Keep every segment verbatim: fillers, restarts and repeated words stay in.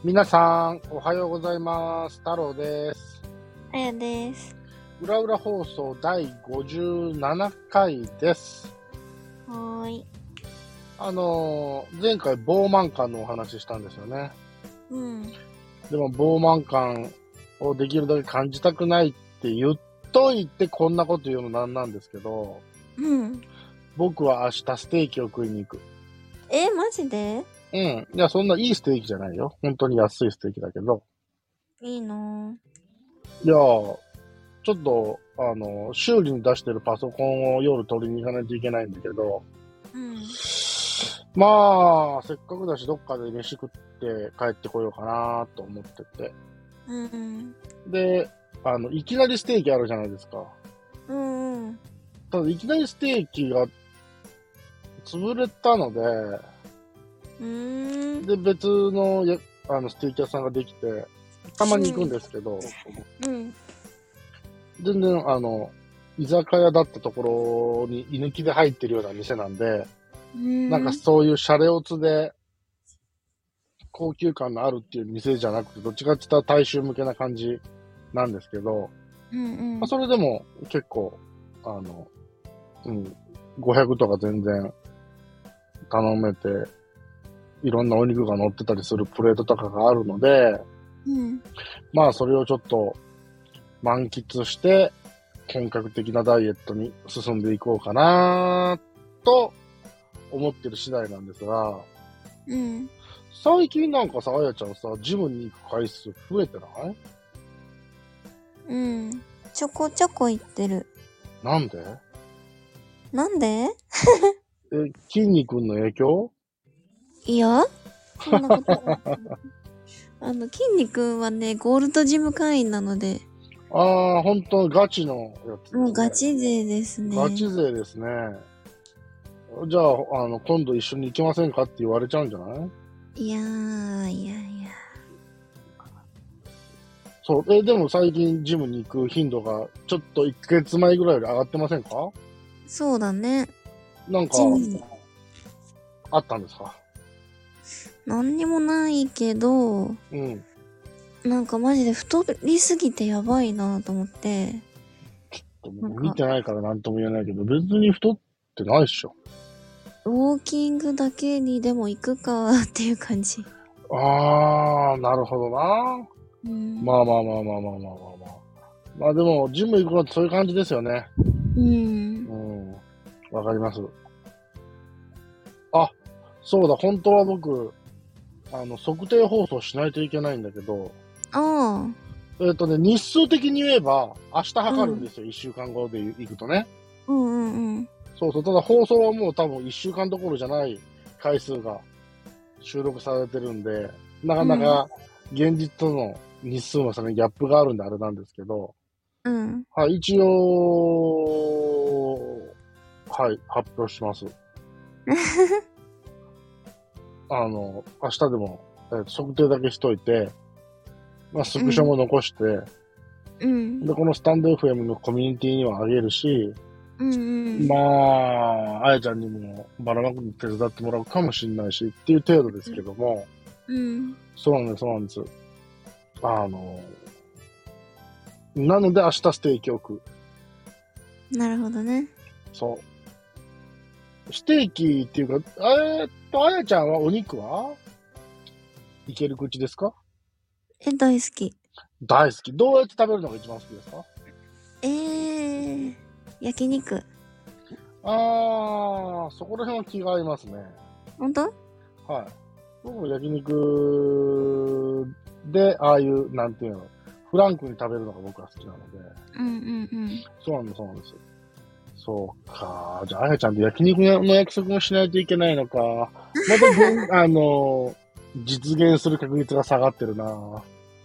皆さん、おはようございます。太郎です。 あやです。 うらうら放送だいごじゅうななかいです。 はーい。 あのー、前回、膨慢感のお話ししたんですよね。 うん。 でも、膨慢感をできるだけ感じたくないって言っといて、こんなこと言うのなんなんですけど、 うん。 僕は明日ステーキを食いに行く。 え、マジで？ うん。いや、そんないいステーキじゃないよ。本当に安いステーキだけど。 いいな。 いやー、ちょっと、あの、修理に出してるパソコンを夜取りに行かないといけないんだけど、 うん。 まあ、せっかくだし、どっかで飯食って帰ってこようかなと思ってて。 うん。 で、あの、いきなりステーキあるじゃないですか。 うんうん。 ただ、いきなりステーキが潰れたので、 うーん。 で、別のやあのステーキ屋さんができて、たまに行くんですけど、 うん。 全然、あの、居酒屋だったところに居抜きで入ってるような店なんで、 うん。 なんかそういうシャレオツで高級感のあるっていう店じゃなくて、どっちかって言ったら大衆向けな感じなんですけど、 うんうん。 まあ、それでも結構、あの、うん、ごひゃくとか全然頼めて、いろんなお肉が乗ってたりするプレートとかがあるので、 うん。 まあそれをちょっと満喫して、本格的なダイエットに進んでいこうかなと思ってる次第なんですが、 うん。 最近なんかさ、あやちゃんさ、ジムに行く回数増えてない？ うん。ちょこちょこ言ってる。 なんで？ なんで？ え、筋肉の影響？ いや、そんなことない。あの、筋肉はね、ゴールドジム会員なので、 ああ、本当ガチのやつですね。 もうガチ勢ですね。 ガチ勢ですね。じゃあ、あの、今度一緒に行きませんかって言われちゃうんじゃない？ いやー、いやいや。 そう。え、でも最近ジムに行く頻度がちょっといっかげつまえぐらいより上がってませんか？ そうだね。 なんか、 ジム、 あったんですか？ なんにもないけど、 うん。 なんかマジで太りすぎてやばいなと思って、なんか、 見てないからなんとも言えないけど、別に太ってないっしょ。 ウォーキングだけにでも行くかっていう感じ。 あー、なるほどな。 うん。 まあまあまあまあまあまあまあまあ。まあでも、ジム行くのってそういう感じですよね。 うん。 うん。わかります。あ、そうだ、本当は僕、あの、測定放送しないといけないんだけど、 あえっとね、日数的に言えば、明日あ。 測るんですよ、一、週間後で行くとね。 うんうんうん。 そうそう、ただ放送はもう多分一週間どころじゃない回数が収録されてるんで、なかなか現実との日数の差にギャップがあるんであれなんですけど、 うん。 はい、一応、はい、発表します。あの、明日でも、えー測定だけしといて、まあ、スクショも残して、 うん。 で、このスタンド エフエム のコミュニティにはあげるし、 うんうん。 まあ、あやちゃんにもばらまくの手伝ってもらうかもしれないしっていう程度ですけども、 うん。 そうなんです、そうなんです。あの、なので明日ステーキを食う。 なるほどね。 そう。ステーキっていうか、えーっと、あやちゃんはお肉はいける口ですか？ え、大好き。 大好き。どうやって食べるのが一番好きですか？ えー、焼肉。 あー、そこら辺は気が合いますね。 ほんと？ はい。僕も焼肉で、ああいう、なんていうの、フランクに食べるのが僕は好きなので。 うんうんうん。 そうなんです、そうなんです。そうか。じゃあ、あやちゃんと焼肉の約束もしないといけないのか。また現、あの、実現する確率が下がってるな。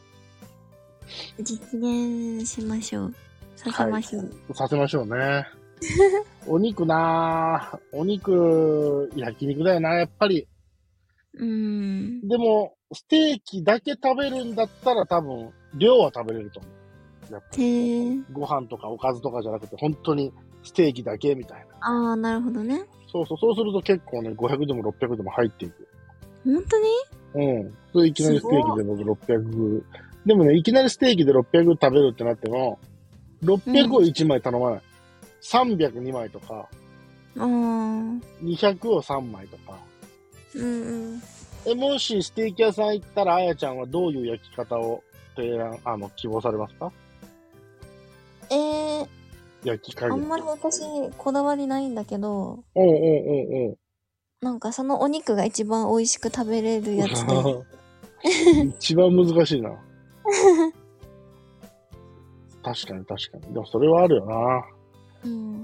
実現しましょう。させましょう。 させましょうね。お肉なお肉、焼肉だよな、やっぱり。 うーん。 でも、ステーキだけ食べるんだったら多分、量は食べれると思う。やっぱへり。 ー。 ご飯とかおかずとかじゃなくて、本当にステーキだけみたいな。 あー、なるほどね。 そうそう、そうすると結構ね、ごひゃくでもろっぴゃくでも入っていく。 ほんとに？ うん。それいきなりステーキで僕ろっぴゃく。でもね、いきなりステーキでろっぴゃく食べるってなっても、ろっぴゃくをいちまい頼まない。さんびゃくにまいとか、 うん。 にひゃくをさんまいとか。 うんうん。 え、もしステーキ屋さん行ったら、あやちゃんはどういう焼き方を提案、あの、希望されますか？ えー、 焼き加減。 あんまり私、こだわりないんだけど、 おうおうおうおう。 なんかそのお肉が一番美味しく食べれるやつで。 一番難しいな。確かに確かに。でもそれはあるよな。 うん。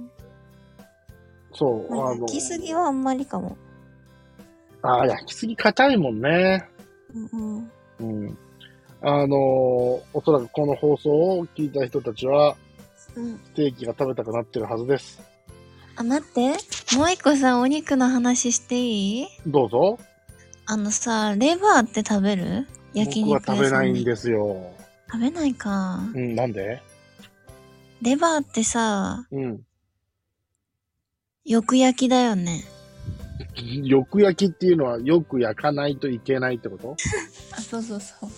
そう、あの。 まあ焼きすぎはあんまりかも。 ああ、焼きすぎ硬いもんね。 うんうん。 うん。あのー、おそらくこの放送を聞いた人たちは、 うん。 ステーキが食べたくなってるはずです。 あ、待って。もう一個さ、お肉の話していい？ どうぞ。 あのさ、レバーって食べる？焼僕は肉食べないん屋さんで。 ですよ。 食べないか。 うん、なんで？ レバーってさ、 うん。 よく焼きだよね。 よく焼きっていうのはよく焼かないといけないってこと？ あ、そうそうそう。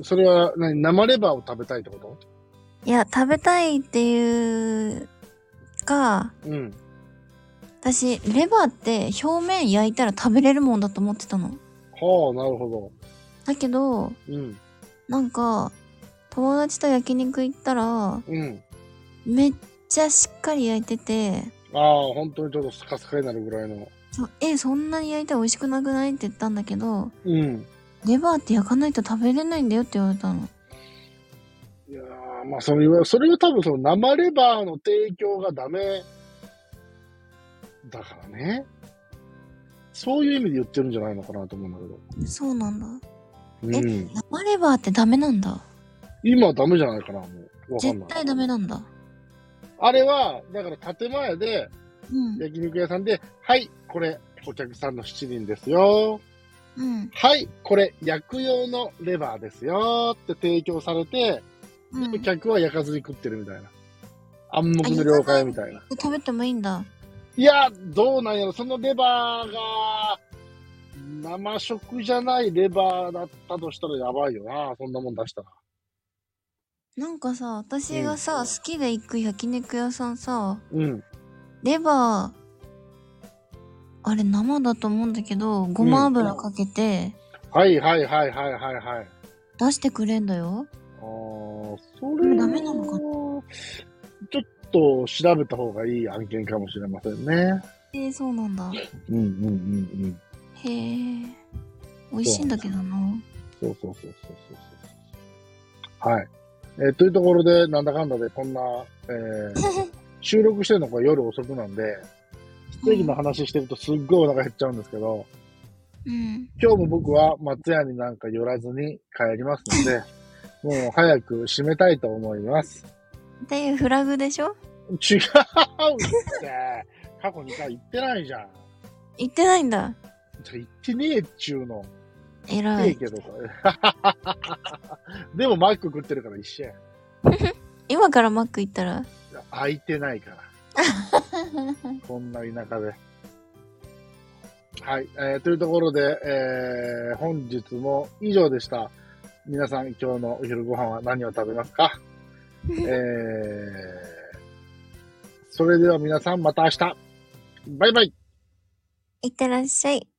それは何、生レバーを食べたいってこと？ いや、食べたいっていうか、 うん。 私、レバーって表面焼いたら食べれるもんだと思ってたの。 はあ、なるほだけど、 ど。うん。 なんか、友達と焼肉行ったら、 うん。 めっちゃしっかり焼いてて、 ああ、本当にちょっとスカスカになるぐらいの。 そえ、そんなに焼いたら美味しくなくないって言ったんだけど、 うん。 レバーって焼かないと食べれないんだよって言われたの。 いやー、まあ、それは、それは多分その生レバーの提供がダメだからね。そういう意味で言ってるんじゃないのかなと思うんだけど。 そうなんだ。 うん。 え、生レバーってダメなんだ。 今はダメじゃないかな、もう。わかんない。 絶対ダメなんだ。 あれは、だから建前で、 うん。 焼肉屋さんで、はい、これ、お客さんの七輪ですよ。 うん。 はい、これ、焼く用のレバーですよって提供されて、 うん。 客は焼かずに食ってるみたいな。暗黙の了解みたいな。 食べてもいいんだ。 いや、どうなんやろ、そのレバーが、生食じゃないレバーだったとしたらやばいよな、そんなもん出したら。 なんかさ、私がさ、好きで行く焼肉屋さんさ、 うん。 レバー、あれ生だと思うんだけど、ごま油かけて、 はいはいはいはいはいはい。 出してくれんだよ。 あー、それダメなのかな？ ちょっと調べた方がいい案件かもしれませんね。 えー、そうなんだ。 うんうんうんうん。 へえ。美味しいんだけどな。 そうそうそうそうそうそう。はい。えーというところで、なんだかんだでこんな、えー、収録してるのが夜遅くなんで、ステーキの話してるとすっごいお腹減っちゃうんですけど、 うん。 今日も僕は松屋になんか寄らずに帰りますので、もう早く締めたいと思います。 っていうフラグでしょ？ 違うって過去にかい行ってないじゃん。 言ってないんだ。 じゃ行ってねえっちゅうの。 偉い。 ええけどさ。でもマック食ってるから一緒や。 今からマック行ったら空いてないから。こんな田舎で。はい、えー。というところで、えー、本日も以上でした。皆さん今日のお昼ご飯は何を食べますか？えー、それでは皆さんまた明日。バイバイ。 いってらっしゃい。